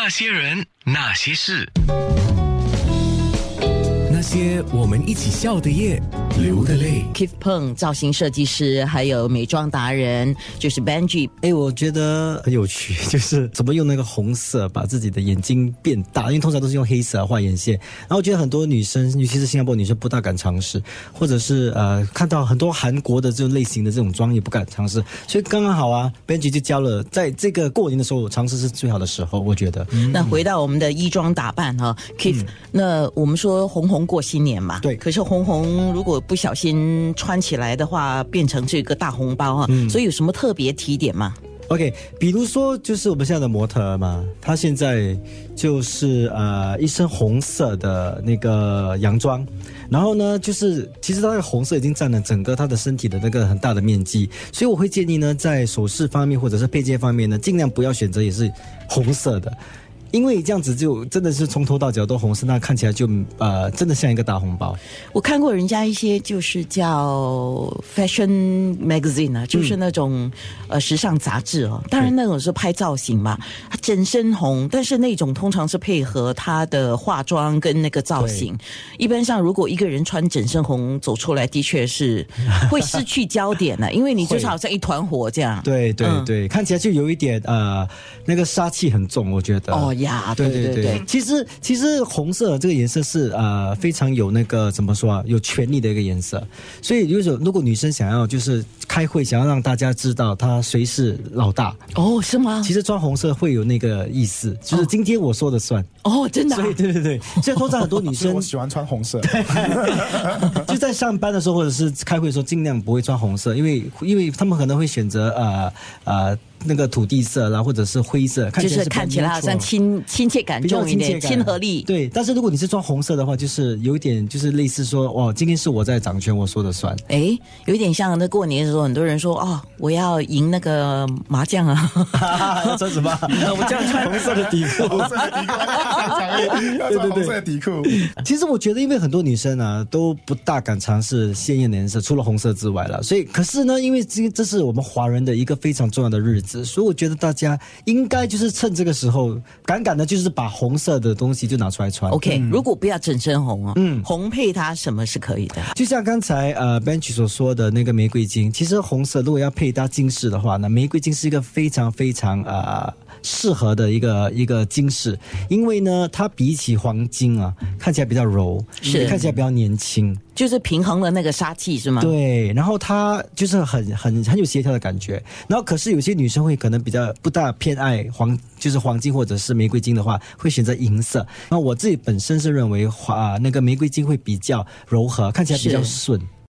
那些人，那些事， 那些我们一起笑的夜，流的泪。 Keith Peng 造型设计师，还有美妆达人，就是 Benji。 我觉得很有趣，就是怎么用那个红色把自己的眼睛变大，因为通常都是用黑色画眼线。然后我觉得很多女生，尤其是新加坡女生不大敢尝试，或者是看到很多韩国的这种类型的这种妆也不敢尝试，所以刚刚好啊 Benji 就教了，在这个过年的时候尝试是最好的时候，我觉得。 那回到我们的衣装打扮哈，Keith，那我们说红红过新年嘛， 对。 可是红红如果不小心穿起来的话，变成这个大红包哈，所以有什么特别提点吗 ？OK， 比如说就是我们现在的模特嘛，她现在就是一身红色的那个洋装，然后呢，就是其实她那个红色已经占了整个她的身体的那个很大的面积，所以我会建议呢，在首饰方面或者是配件方面呢，尽量不要选择也是红色的。因为这样子就真的是从头到脚都红色，那看起来就真的像一个大红包。 我看过人家一些就是叫 fashion magazine 啊，就是那种时尚杂志哦，当然那种是拍造型嘛，它整身红，但是那种通常是配合他的化妆跟那个造型。一般上如果一个人穿整身红走出来，的确是会失去焦点的，因为你就是好像一团火这样。 对对对，看起来就有一点那个杀气很重，我觉得。 呀， 对，其实红色这个颜色是非常有那个怎么说啊，有权力的一个颜色。所以如果女生想要就是开会，想要让大家知道她谁是老大， 是吗？ 其实穿红色会有那个意思，就是今天我说的算。 真的。 所以对，所以通常很多女生我喜欢穿红色， 就在上班的时候或者是开会的时候，尽量不会穿红色，因为他们可能会选择那个土地色啦，或者是灰色， 就是看起来好像亲切感重一点，亲和力。 对，但是如果你是穿红色的话，就是有一点就是类似说，今天是我在掌权，我说的算。 有一点像那过年的时候，很多人说我要赢那个麻将啊， 要穿什么？我这样穿红色的底裤， 红色的底裤，对，红色的底裤。 其实我觉得，因为很多女生啊都不大敢尝试鲜艳的颜色，除了红色之外了。所以，可是呢，因为这是我们华人的一个非常重要的日子。所以我觉得大家应该就是趁这个时候敢的，就是把红色的东西就拿出来穿。 OK，如果不要整身红红配它什么是可以的？ 就像刚才Benji 所说的那个玫瑰金，其实红色如果要配搭金饰的话呢，玫瑰金是一个非常非常适合的一个金饰，因为呢，它比起黄金啊，看起来比较柔，是看起来比较年轻。 就是平衡了那个杀气是吗？ 对，然后它就是很有协调的感觉。然后可是有些女生会可能比较不大偏爱就是黄金或者是玫瑰金的话，会选择银色。那我自己本身是认为那个玫瑰金会比较柔和，看起来比较顺。